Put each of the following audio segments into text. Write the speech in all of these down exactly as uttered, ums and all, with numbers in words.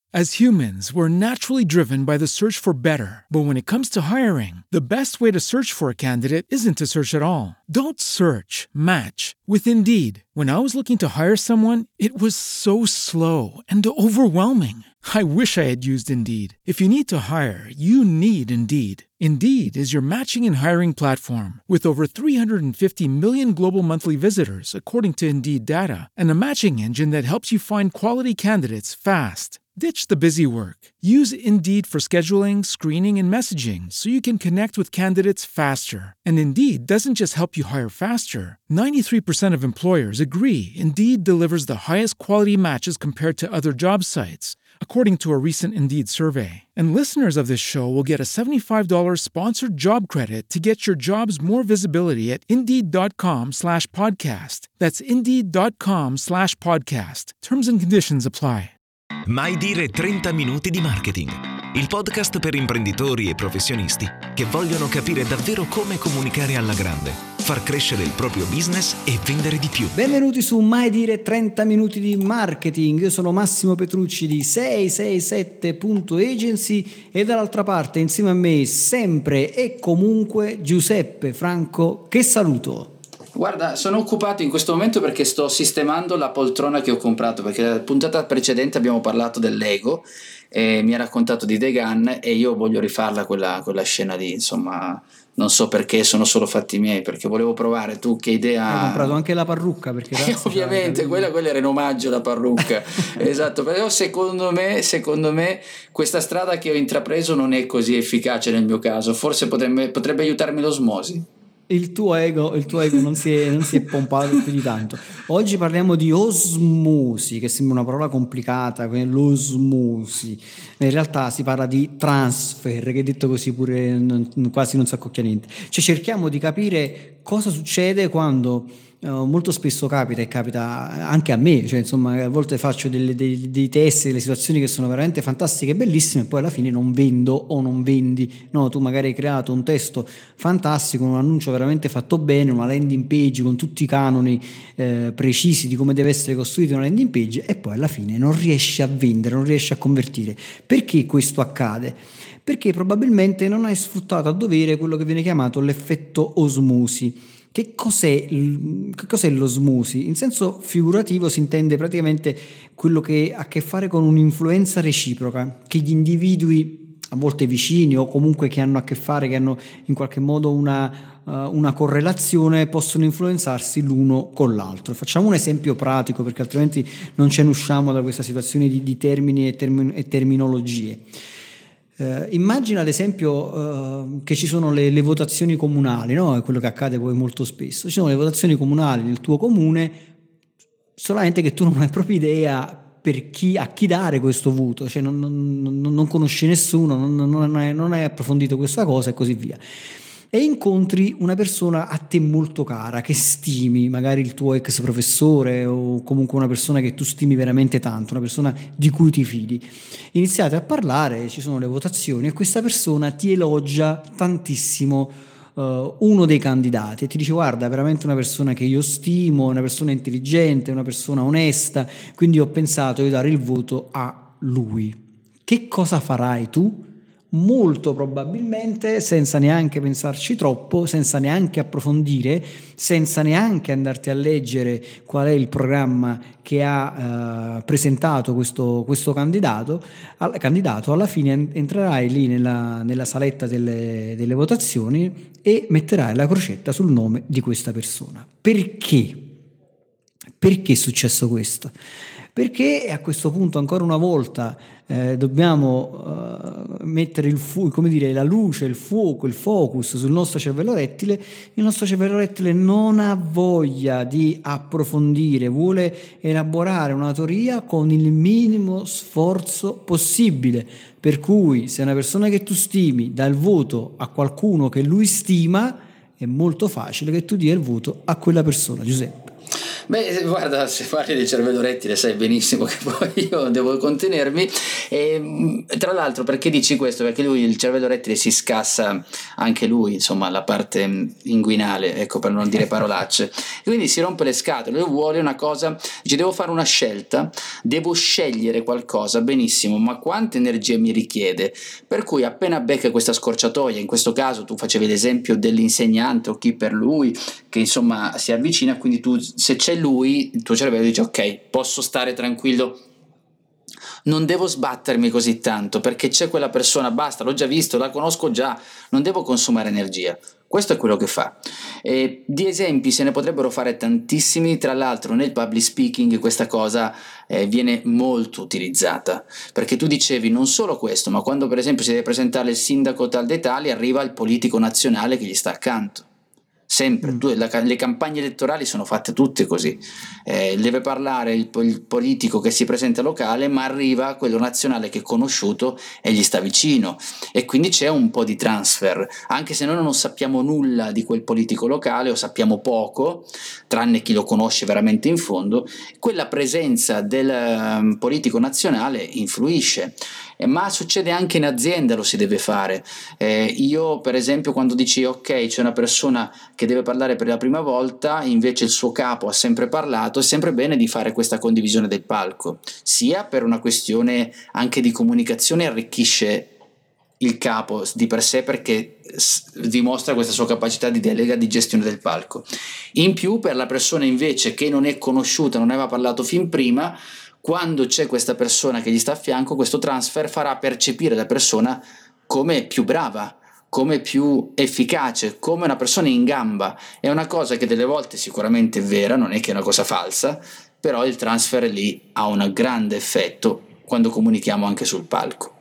As humans, we're naturally driven by the search for better. But when it comes to hiring, the best way to search for a candidate isn't to search at all. Don't search, match with Indeed. When I was looking to hire someone, it was so slow and overwhelming. I wish I had used Indeed. If you need to hire, you need Indeed. Indeed is your matching and hiring platform with over three hundred fifty million global monthly visitors, according to Indeed data, and a matching engine that helps you find quality candidates fast. Ditch the busy work. Use Indeed for scheduling, screening, and messaging so you can connect with candidates faster. And Indeed doesn't just help you hire faster. ninety-three percent of employers agree Indeed delivers the highest quality matches compared to other job sites, according to a recent Indeed survey. And listeners of this show will get a seventy-five dollars sponsored job credit to get your jobs more visibility at Indeed.com slash podcast. That's Indeed.com slash podcast. Terms and conditions apply. Mai dire trenta minuti di marketing. Il podcast per imprenditori e professionisti che vogliono capire davvero come comunicare alla grande, far crescere il proprio business e vendere di più. Benvenuti su Mai dire trenta minuti di marketing. Io sono Massimo Petrucci di sei sei sette punto agency e dall'altra parte insieme a me sempre e comunque Giuseppe Franco, che saluto. Guarda, sono occupato in questo momento perché sto sistemando la poltrona che ho comprato, perché la puntata precedente abbiamo parlato del Lego e mi ha raccontato di The Gun e io voglio rifarla quella, quella scena lì, insomma, non so perché, sono solo fatti miei, perché volevo provare. Tu che idea hai comprato? Anche la parrucca, perché eh, ovviamente quella, quella era in omaggio alla parrucca. Esatto, però secondo me secondo me questa strada che ho intrapreso non è così efficace nel mio caso, forse potrebbe, potrebbe aiutarmi l'osmosi. Il tuo ego, il tuo ego non, si è, non si è pompato più di tanto. Oggi parliamo di osmosi, che sembra una parola complicata, l'osmosi. In realtà si parla di transfer, che detto così pure non, quasi non si accocchia niente. Cioè cerchiamo di capire cosa succede quando uh, molto spesso capita, e capita anche a me, cioè insomma a volte faccio delle, dei, dei test, delle situazioni che sono veramente fantastiche e bellissime e poi alla fine non vendo o non vendi. No, tu magari hai creato un testo fantastico, un annuncio veramente fatto bene, una landing page con tutti i canoni eh, precisi di come deve essere costruita una landing page e poi alla fine non riesci a vendere, non riesci a convertire. Perché questo accade? Perché probabilmente non hai sfruttato a dovere quello che viene chiamato l'effetto osmosi. Che cos'è, che cos'è l'osmosi? In senso figurativo si intende praticamente quello che ha a che fare con un'influenza reciproca, che gli individui a volte vicini o comunque che hanno a che fare, che hanno in qualche modo una, uh, una correlazione, possono influenzarsi l'uno con l'altro. Facciamo un esempio pratico perché altrimenti non ce ne usciamo da questa situazione di, di termini e, termin- e terminologie. Uh, immagina ad esempio uh, che ci sono le, le votazioni comunali, no? È quello che accade poi molto spesso. Ci sono le votazioni comunali nel tuo comune, solamente che tu non hai proprio idea per chi, a chi dare questo voto, cioè non, non, non conosci nessuno, non, non, hai, non hai approfondito questa cosa e così via. E incontri una persona a te molto cara, che stimi, magari il tuo ex professore o comunque una persona che tu stimi veramente tanto, una persona di cui ti fidi. Iniziate a parlare, ci sono le votazioni e questa persona ti elogia tantissimo uh, uno dei candidati e ti dice: guarda, è veramente una persona che io stimo, una persona intelligente, una persona onesta, quindi ho pensato di dare il voto a lui. Che cosa farai tu? Molto probabilmente, senza neanche pensarci troppo, senza neanche approfondire, senza neanche andarti a leggere qual è il programma che ha eh, presentato questo, questo candidato, al, candidato, alla fine entrerai lì nella, nella saletta delle, delle votazioni e metterai la crocetta sul nome di questa persona. Perché? Perché è successo questo? Perché a questo punto ancora una volta eh, dobbiamo uh, mettere il fu- come dire, la luce, il fuoco, il focus sul nostro cervello rettile. Il nostro cervello rettile non ha voglia di approfondire, vuole elaborare una teoria con il minimo sforzo possibile. Per cui se una persona che tu stimi dà il voto a qualcuno che lui stima, è molto facile che tu dia il voto a quella persona, Giuseppe. Beh, guarda, se parli del cervello rettile sai benissimo che poi io devo contenermi. E, tra l'altro, perché dici questo? Perché lui, il cervello rettile, si scassa anche lui, insomma, la parte inguinale, ecco, per non dire parolacce. E quindi si rompe le scatole, lui vuole una cosa, dice devo fare una scelta, devo scegliere qualcosa, benissimo, ma quanta energia mi richiede? Per cui appena becca questa scorciatoia, in questo caso tu facevi l'esempio dell'insegnante o chi per lui, che insomma si avvicina, quindi tu, se c'è lui, il tuo cervello dice ok, posso stare tranquillo, non devo sbattermi così tanto perché c'è quella persona, basta, l'ho già visto, la conosco già, non devo consumare energia. Questo è quello che fa. E di esempi se ne potrebbero fare tantissimi, tra l'altro nel public speaking questa cosa eh, viene molto utilizzata, perché tu dicevi non solo questo, ma quando per esempio si deve presentare il sindaco tal dei tali, arriva il politico nazionale che gli sta accanto. Sempre, tu, la, le campagne elettorali sono fatte tutte così, eh, deve parlare il, il politico che si presenta locale, ma arriva quello nazionale che è conosciuto e gli sta vicino, e quindi c'è un po' di transfer, anche se noi non sappiamo nulla di quel politico locale o sappiamo poco, tranne chi lo conosce veramente in fondo, quella presenza del um, politico nazionale influisce. Ma succede anche in azienda, lo si deve fare. Eh, io per esempio quando dici ok c'è una persona che deve parlare per la prima volta, invece il suo capo ha sempre parlato, è sempre bene di fare questa condivisione del palco, sia per una questione anche di comunicazione, arricchisce il capo di per sé perché dimostra questa sua capacità di delega, di gestione del palco, in più per la persona invece che non è conosciuta, non aveva parlato fin prima, quando c'è questa persona che gli sta a fianco, questo transfer farà percepire la persona come più brava, come più efficace, come una persona in gamba. È una cosa che delle volte sicuramente è vera, non è che è una cosa falsa, però il transfer lì ha un grande effetto quando comunichiamo anche sul palco.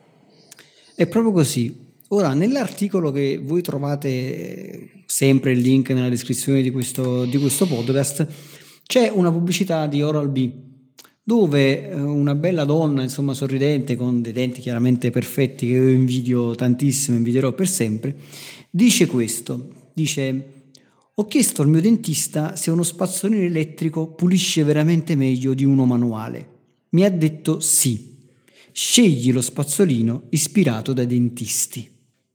È proprio così. Ora, nell'articolo che voi trovate sempre il link nella descrizione di questo, di questo podcast, c'è una pubblicità di Oral-B, dove una bella donna, insomma sorridente, con dei denti chiaramente perfetti, che io invidio tantissimo, invidierò per sempre, dice questo, dice: ho chiesto al mio dentista se uno spazzolino elettrico pulisce veramente meglio di uno manuale. Mi ha detto sì, scegli lo spazzolino ispirato dai dentisti.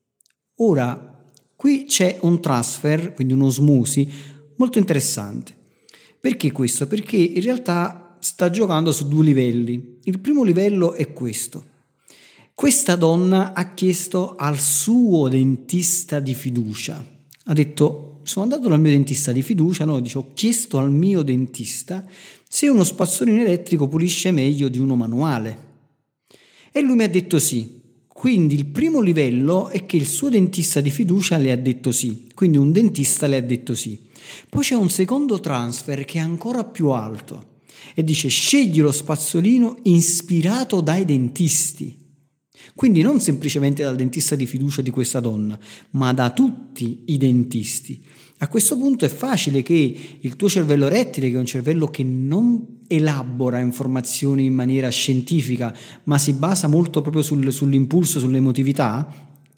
Ora, qui c'è un transfer, quindi un'osmosi, molto interessante. Perché questo? Perché in realtà sta giocando su due livelli. Il primo livello è questo. Questa donna ha chiesto al suo dentista di fiducia. Ha detto, sono andato dal mio dentista di fiducia, no, dice, ho chiesto al mio dentista se uno spazzolino elettrico pulisce meglio di uno manuale. E lui mi ha detto sì. Quindi il primo livello è che il suo dentista di fiducia le ha detto sì. Quindi un dentista le ha detto sì. Poi c'è un secondo transfer che è ancora più alto. E dice scegli lo spazzolino ispirato dai dentisti, quindi non semplicemente dal dentista di fiducia di questa donna, ma da tutti i dentisti. A questo punto è facile che il tuo cervello rettile, che è un cervello che non elabora informazioni in maniera scientifica, ma si basa molto proprio sul, sull'impulso, sull'emotività,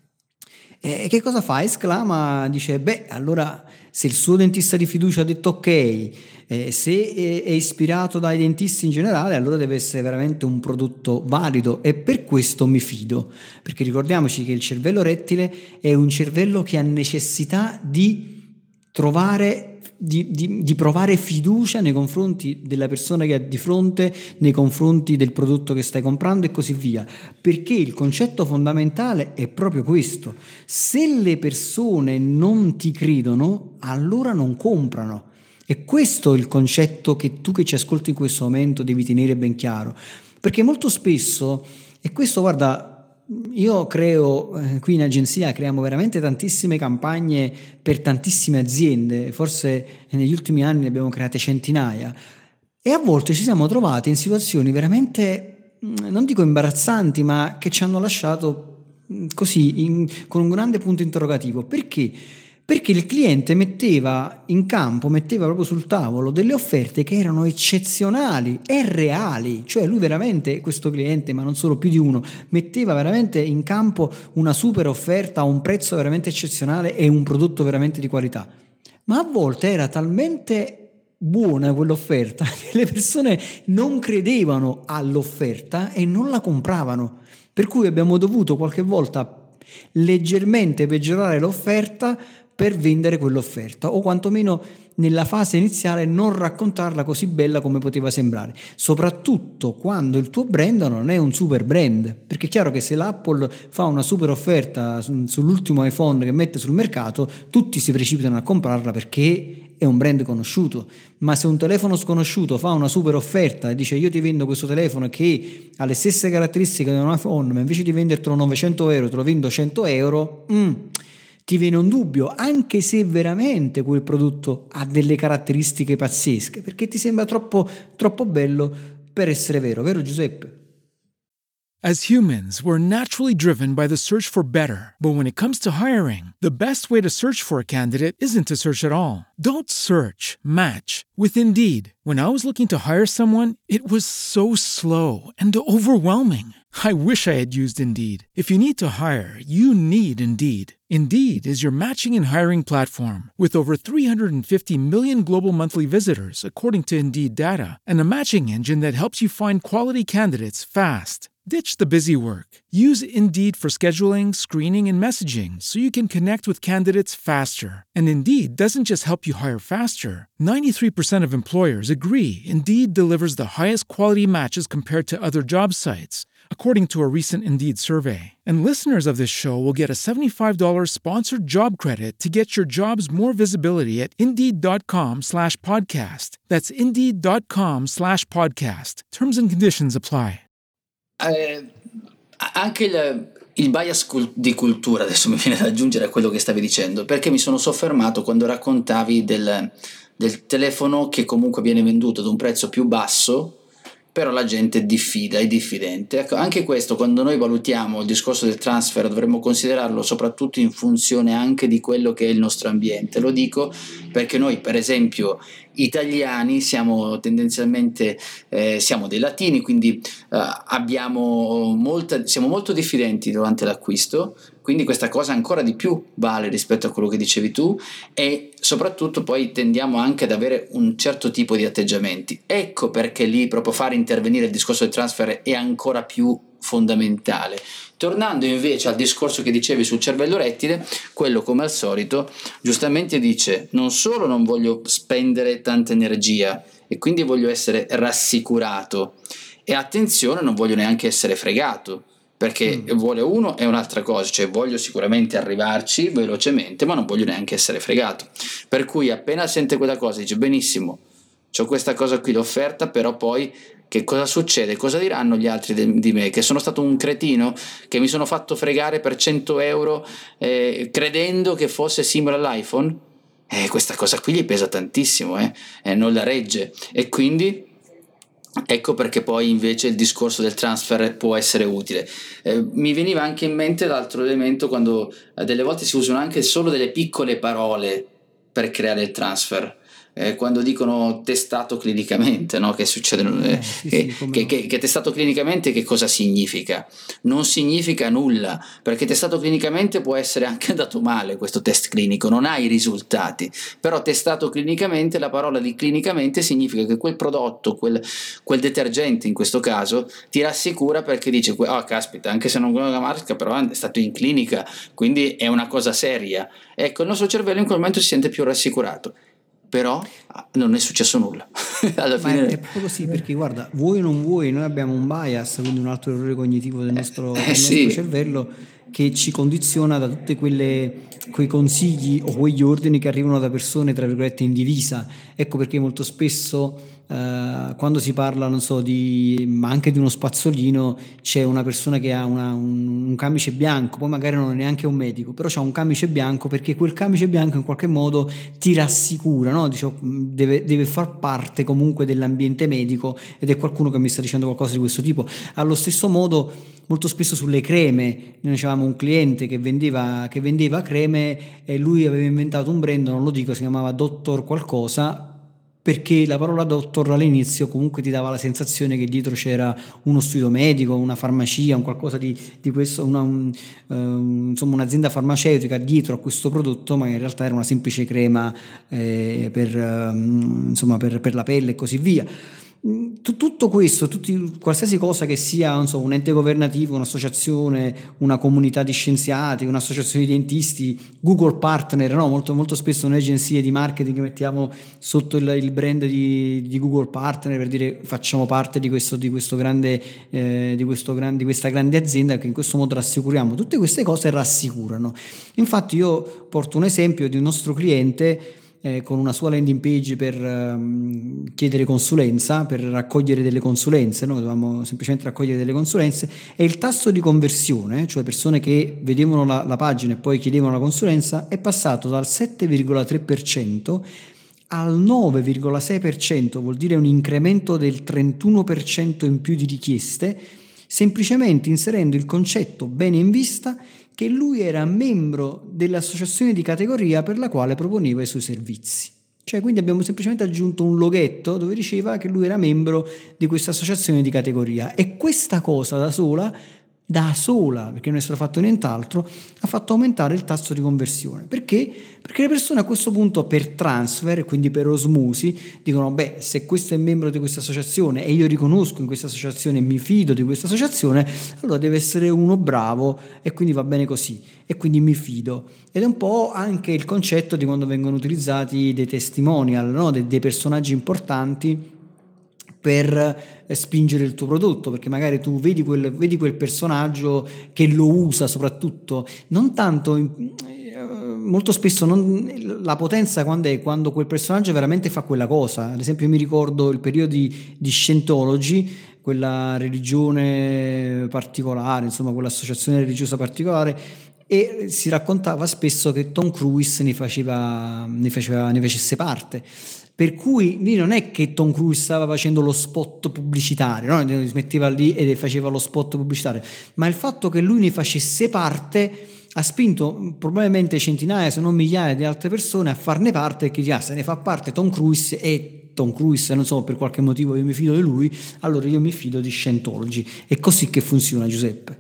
e che cosa fa? Esclama, dice beh, allora se il suo dentista di fiducia ha detto ok, eh, se è, è ispirato dai dentisti in generale, allora deve essere veramente un prodotto valido, e per questo mi fido, perché ricordiamoci che il cervello rettile è un cervello che ha necessità di trovare Di, di, di provare fiducia nei confronti della persona che ha di fronte, nei confronti del prodotto che stai comprando e così via, perché il concetto fondamentale è proprio questo: se le persone non ti credono, allora non comprano. E questo è il concetto che tu che ci ascolti in questo momento devi tenere ben chiaro, perché molto spesso, e questo guarda, io creo, eh, qui in agenzia creiamo veramente tantissime campagne per tantissime aziende, forse negli ultimi anni ne abbiamo create centinaia, e a volte ci siamo trovati in situazioni veramente, non dico imbarazzanti, ma che ci hanno lasciato così in, con un grande punto interrogativo. Perché? Perché il cliente metteva in campo, metteva proprio sul tavolo delle offerte che erano eccezionali e reali, cioè lui veramente, questo cliente, ma non solo, più di uno, metteva veramente in campo una super offerta a un prezzo veramente eccezionale e un prodotto veramente di qualità, ma a volte era talmente buona quell'offerta che le persone non credevano all'offerta e non la compravano, per cui abbiamo dovuto qualche volta leggermente peggiorare l'offerta per vendere quell'offerta, o quantomeno nella fase iniziale non raccontarla così bella come poteva sembrare, soprattutto quando il tuo brand non è un super brand, perché è chiaro che se l'Apple fa una super offerta sull'ultimo iPhone che mette sul mercato, tutti si precipitano a comprarla perché è un brand conosciuto. Ma se un telefono sconosciuto fa una super offerta e dice io ti vendo questo telefono che ha le stesse caratteristiche di un iPhone, ma invece di vendertelo novecento euro te lo vendo cento euro, mm, ti viene un dubbio, anche se veramente quel prodotto ha delle caratteristiche pazzesche, perché ti sembra troppo, troppo bello per essere vero, vero Giuseppe? As humans, we're naturally driven by the search for better. But when it comes to hiring, the best way to search for a candidate isn't to search at all. Don't search, match with Indeed. When I was looking to hire someone, it was so slow and overwhelming. I wish I had used Indeed. If you need to hire, you need Indeed. Indeed is your matching and hiring platform with over three hundred fifty million global monthly visitors, according to Indeed data, and a matching engine that helps you find quality candidates fast. Ditch the busy work. Use Indeed for scheduling, screening, and messaging so you can connect with candidates faster. And Indeed doesn't just help you hire faster. ninety-three percent of employers agree Indeed delivers the highest quality matches compared to other job sites, according to a recent Indeed survey. And listeners of this show will get a seventy-five dollars sponsored job credit to get your jobs more visibility at Indeed.com slash podcast. That's Indeed.com slash podcast. Terms and conditions apply. Eh, anche il, il bias cul- di cultura adesso mi viene da aggiungere a quello che stavi dicendo, perché mi sono soffermato quando raccontavi del, del telefono che comunque viene venduto ad un prezzo più basso, però la gente diffida, è diffidente. Ecco, anche questo, quando noi valutiamo il discorso del transfer, dovremmo considerarlo soprattutto in funzione anche di quello che è il nostro ambiente. Lo dico perché noi, per esempio, italiani siamo tendenzialmente eh, siamo dei latini, quindi eh, abbiamo molta, siamo molto diffidenti durante l'acquisto, quindi questa cosa ancora di più vale rispetto a quello che dicevi tu, e soprattutto poi tendiamo anche ad avere un certo tipo di atteggiamenti. Ecco perché lì proprio fare intervenire il discorso del transfer è ancora più fondamentale. Tornando invece al discorso che dicevi sul cervello rettile, quello come al solito giustamente dice: non solo non voglio spendere tanta energia e quindi voglio essere rassicurato, e attenzione, non voglio neanche essere fregato, perché mm. vuole uno e un'altra cosa, cioè voglio sicuramente arrivarci velocemente, ma non voglio neanche essere fregato, per cui appena sente quella cosa dice: benissimo, c'ho questa cosa qui l'offerta, però poi che cosa succede? Cosa diranno gli altri de- di me? Che sono stato un cretino? Che mi sono fatto fregare per cento euro eh, credendo che fosse simile all'iPhone? Eh, questa cosa qui gli pesa tantissimo, eh? Eh, non la regge, e quindi ecco perché poi invece il discorso del transfer può essere utile. Eh, mi veniva anche in mente l'altro elemento, quando eh, delle volte si usano anche solo delle piccole parole per creare il transfer. Eh, quando dicono testato clinicamente, no? Che succede? Eh, Eh, sì, che, sì, come che, no. che, che testato clinicamente che cosa significa? Non significa nulla, perché testato clinicamente può essere anche andato male questo test clinico, non hai i risultati, però testato clinicamente, la parola di clinicamente significa che quel prodotto, quel, quel detergente in questo caso, ti rassicura, perché dice: oh caspita, anche se non conosco la marca, però è stato in clinica, quindi è una cosa seria. Ecco, il nostro cervello in quel momento si sente più rassicurato. Però non è successo nulla. Alla Ma fine è, è proprio così, perché guarda, vuoi o non vuoi, noi abbiamo un bias, quindi un altro errore cognitivo del nostro, eh, del nostro sì. cervello, che ci condiziona da tutti quei consigli o quegli ordini che arrivano da persone tra virgolette in divisa. Ecco perché molto spesso Uh, quando si parla, non so, di, ma anche di uno spazzolino, c'è una persona che ha una, un, un camice bianco, poi magari non è neanche un medico, però c'ha un camice bianco perché quel camice bianco in qualche modo ti rassicura, no? Dice, deve, deve far parte comunque dell'ambiente medico, ed è qualcuno che mi sta dicendo qualcosa di questo tipo. Allo stesso modo, molto spesso sulle creme, noi avevamo un cliente che vendeva, che vendeva creme, e lui aveva inventato un brand, non lo dico, si chiamava Dottor qualcosa, perché la parola dottor all'inizio comunque ti dava la sensazione che dietro c'era uno studio medico, una farmacia, un qualcosa di, di questo, una, un, um, insomma un'azienda farmaceutica dietro a questo prodotto, ma in realtà era una semplice crema eh, per, um, insomma, per, per la pelle e così via. Tutto questo, tutti, qualsiasi cosa che sia, non so, un ente governativo, un'associazione, una comunità di scienziati, un'associazione di dentisti, Google Partner, no? Molto, molto spesso noi agenzie di marketing mettiamo sotto il, il brand di, di Google Partner per dire facciamo parte di questo, di questo grande, eh, di questo gran, di questa grande azienda, che in questo modo rassicuriamo. Tutte queste cose rassicurano. Infatti io porto un esempio di un nostro cliente Eh, con una sua landing page per um, chiedere consulenza, per raccogliere delle consulenze, no? Dovevamo semplicemente raccogliere delle consulenze, e il tasso di conversione, cioè persone che vedevano la, la pagina e poi chiedevano la consulenza, è passato dal sette virgola tre per cento al nove virgola sei per cento, vuol dire un incremento del trentuno per cento in più di richieste, semplicemente inserendo il concetto bene in vista che lui era membro dell'associazione di categoria per la quale proponeva i suoi servizi. Cioè, quindi abbiamo semplicemente aggiunto un loghetto dove diceva che lui era membro di questa associazione di categoria, e questa cosa da sola, da sola, perché non è stato fatto nient'altro, ha fatto aumentare il tasso di conversione. Perché? Perché le persone a questo punto, per transfer, quindi per osmosi, dicono: beh, se questo è membro di questa associazione e io riconosco in questa associazione e mi fido di questa associazione, allora deve essere uno bravo e quindi va bene così, e quindi mi fido. Ed è un po' anche il concetto di quando vengono utilizzati dei testimonial, no? De- dei personaggi importanti per spingere il tuo prodotto, perché magari tu vedi quel, vedi quel personaggio che lo usa, soprattutto non tanto in, molto spesso non, la potenza quando è quando quel personaggio veramente fa quella cosa. Ad esempio, io mi ricordo il periodo di, di Scientology, quella religione particolare, insomma quell'associazione religiosa particolare, e si raccontava spesso che Tom Cruise ne faceva, ne faceva, ne facesse parte. Per cui lì non è che Tom Cruise stava facendo lo spot pubblicitario, no? Si metteva lì e faceva lo spot pubblicitario, ma il fatto che lui ne facesse parte ha spinto probabilmente centinaia, se non migliaia di altre persone a farne parte, e che ah, se ne fa parte Tom Cruise, e Tom Cruise, non so, per qualche motivo io mi fido di lui, allora io mi fido di Scientology. È così che funziona, Giuseppe.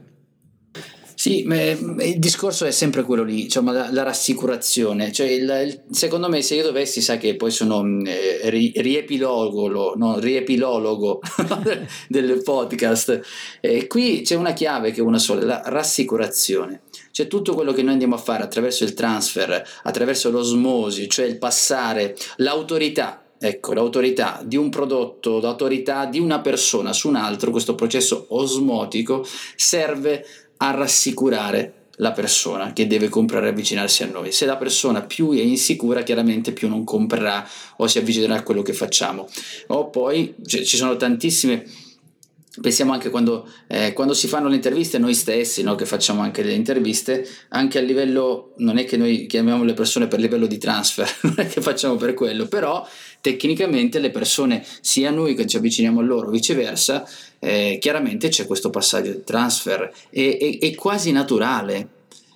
Sì, il discorso è sempre quello lì, diciamo, la, la rassicurazione. Cioè, il, il, secondo me, se io dovessi, sa che poi sono eh, ri, riepilologo, no, riepilologo del podcast, eh, qui c'è una chiave che è una sola, la rassicurazione. Cioè, tutto quello che noi andiamo a fare attraverso il transfer, attraverso l'osmosi, cioè il passare, l'autorità, ecco, l'autorità di un prodotto, l'autorità di una persona su un altro, questo processo osmotico serve a rassicurare la persona che deve comprare e avvicinarsi a noi. Se la persona più è insicura, chiaramente più non comprerà o si avvicinerà a quello che facciamo. O poi cioè, ci sono tantissime, pensiamo anche quando, eh, quando si fanno le interviste, noi stessi, no, che facciamo anche delle interviste, anche a livello, non è che noi chiamiamo le persone per livello di transfer, non è che facciamo per quello, però tecnicamente le persone, sia noi che ci avviciniamo a loro, viceversa, eh, chiaramente c'è questo passaggio di transfer, è, è, è quasi naturale,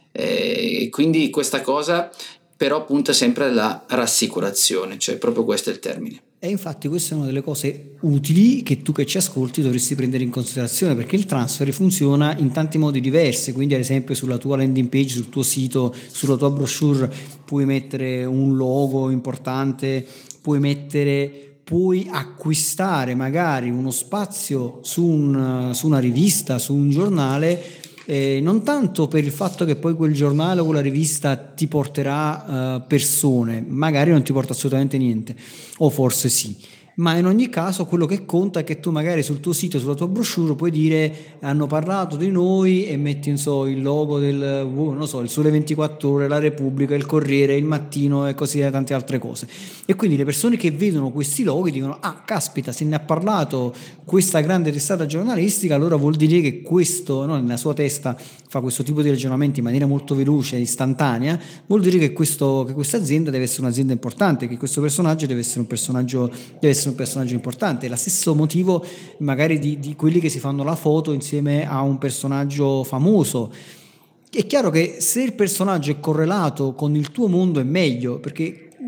eh, quindi questa cosa però punta sempre alla rassicurazione, cioè proprio questo è il termine. E infatti questa è una delle cose utili che tu che ci ascolti dovresti prendere in considerazione, perché il transfer funziona in tanti modi diversi. Quindi ad esempio sulla tua landing page, sul tuo sito, sulla tua brochure puoi mettere un logo importante, puoi mettere puoi acquistare magari uno spazio su, un, su una rivista, su un giornale, eh, non tanto per il fatto che poi quel giornale o quella rivista ti porterà uh, persone, magari non ti porta assolutamente niente, o forse sì, ma in ogni caso quello che conta è che tu magari sul tuo sito, sulla tua brochure puoi dire hanno parlato di noi e metti, non so, il logo del, non so, il Sole ventiquattro Ore, la Repubblica, il Corriere, il Mattino e così via, tante altre cose. E quindi le persone che vedono questi loghi dicono ah caspita, se ne ha parlato questa grande testata giornalistica, allora vuol dire che questo, no, nella sua testa fa questo tipo di ragionamenti in maniera molto veloce e istantanea, vuol dire che, questo, che questa azienda deve essere un'azienda importante, che questo personaggio deve essere un personaggio, deve essere un personaggio importante. È lo stesso motivo magari di, di quelli che si fanno la foto insieme a un personaggio famoso. È chiaro che se il personaggio è correlato con il tuo mondo è meglio, perché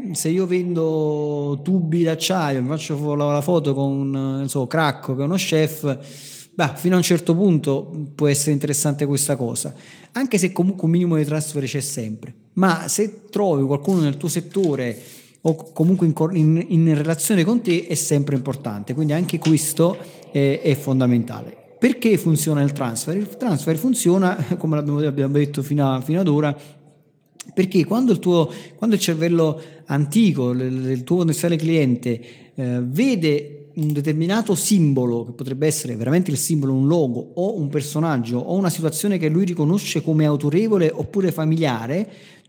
se io vendo tubi d'acciaio, mi faccio la, la foto con non so, Cracco che è uno chef, beh, fino a un certo punto può essere interessante questa cosa, anche se comunque un minimo di transfer c'è sempre. Ma se trovi qualcuno nel tuo settore o comunque in, in, in relazione con te, è sempre importante, quindi anche questo è, è fondamentale. Perché funziona il transfer? Il transfer funziona, come abbiamo, abbiamo detto fino, a, fino ad ora, perché quando il tuo quando il cervello antico, il tuo potenziale cliente eh, vede un determinato simbolo, che potrebbe essere veramente il simbolo, un logo o un personaggio o una situazione che lui riconosce come autorevole oppure familiare,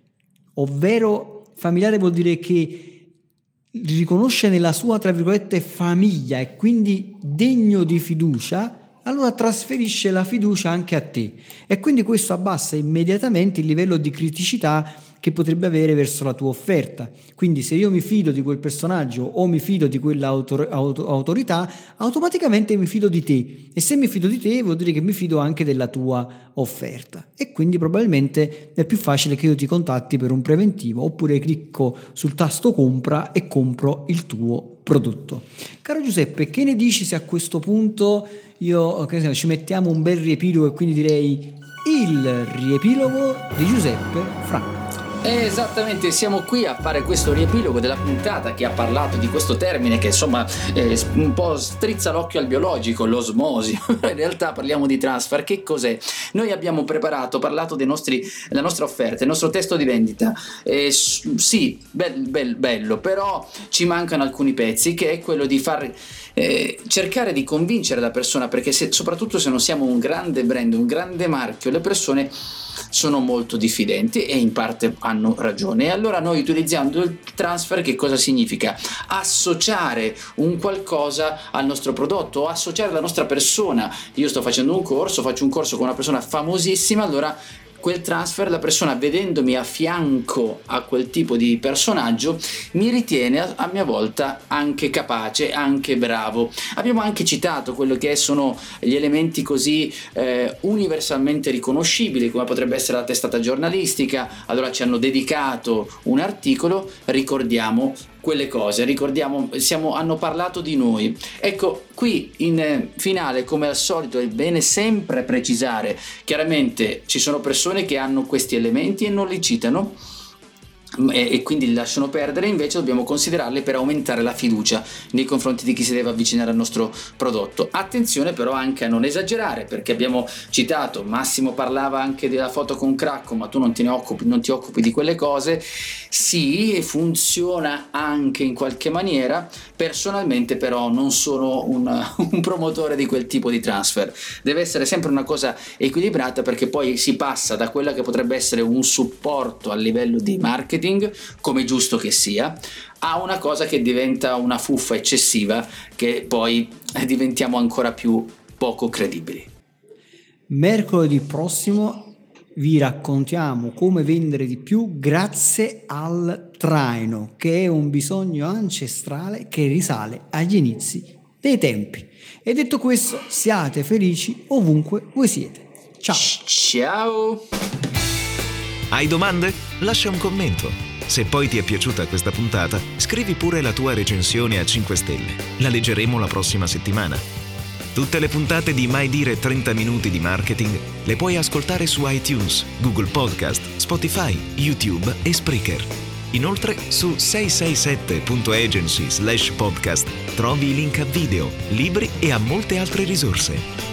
ovvero familiare vuol dire che riconosce nella sua, tra virgolette, famiglia e quindi degno di fiducia, allora trasferisce la fiducia anche a te e quindi questo abbassa immediatamente il livello di criticità che potrebbe avere verso la tua offerta. Quindi se io mi fido di quel personaggio o mi fido di quella autor- auto- autorità, automaticamente mi fido di te, e se mi fido di te vuol dire che mi fido anche della tua offerta, e quindi probabilmente è più facile che io ti contatti per un preventivo oppure clicco sul tasto compra e compro il tuo prodotto. Caro Giuseppe, che ne dici se a questo punto io che ne so, ci mettiamo un bel riepilogo, e quindi direi il riepilogo di Giuseppe Franco. Esattamente, siamo qui a fare questo riepilogo della puntata che ha parlato di questo termine che insomma eh, un po' strizza l'occhio al biologico, l'osmosi. In realtà parliamo di transfer. Che cos'è? Noi abbiamo preparato, parlato dei nostri, della nostra offerta, il nostro testo di vendita. Eh, sì, bel, bel, bello, però ci mancano alcuni pezzi, che è quello di far eh, cercare di convincere la persona, perché se, soprattutto se non siamo un grande brand, un grande marchio, le persone sono molto diffidenti e in parte hanno ragione. E allora noi, utilizzando il transfer, che cosa significa? Associare un qualcosa al nostro prodotto o associare la nostra persona. Io sto facendo un corso, faccio un corso con una persona famosissima, allora quel transfer, la persona vedendomi a fianco a quel tipo di personaggio mi ritiene a, a mia volta anche capace, anche bravo. Abbiamo anche citato quello che sono gli elementi così eh, universalmente riconoscibili, come potrebbe essere la testata giornalistica. Allora ci hanno dedicato un articolo, ricordiamo quelle cose, ricordiamo, siamo, hanno parlato di noi. Ecco, qui in finale, come al solito, è bene sempre precisare, chiaramente ci sono persone che hanno questi elementi e non li citano e quindi li lasciano perdere, invece dobbiamo considerarli per aumentare la fiducia nei confronti di chi si deve avvicinare al nostro prodotto. Attenzione però anche a non esagerare, perché abbiamo citato, Massimo parlava anche della foto con Cracco, ma tu non te ne occupi, non ti occupi di quelle cose. Sì, funziona anche in qualche maniera, personalmente però non sono un, un promotore di quel tipo di transfer. Deve essere sempre una cosa equilibrata, perché poi si passa da quella che potrebbe essere un supporto a livello di marketing, come giusto che sia, a una cosa che diventa una fuffa eccessiva, che poi diventiamo ancora più poco credibili. Mercoledì prossimo vi raccontiamo come vendere di più grazie al traino, che è un bisogno ancestrale che risale agli inizi dei tempi. E detto questo, siate felici ovunque voi siete. Ciao! Ciao! Hai domande? Lascia un commento. Se poi ti è piaciuta questa puntata, scrivi pure la tua recensione a cinque stelle. La leggeremo la prossima settimana. Tutte le puntate di Mai Dire trenta minuti di marketing le puoi ascoltare su iTunes, Google Podcast, Spotify, YouTube e Spreaker. Inoltre su sei sei sette punto agency slash podcast trovi i link a video, libri e a molte altre risorse.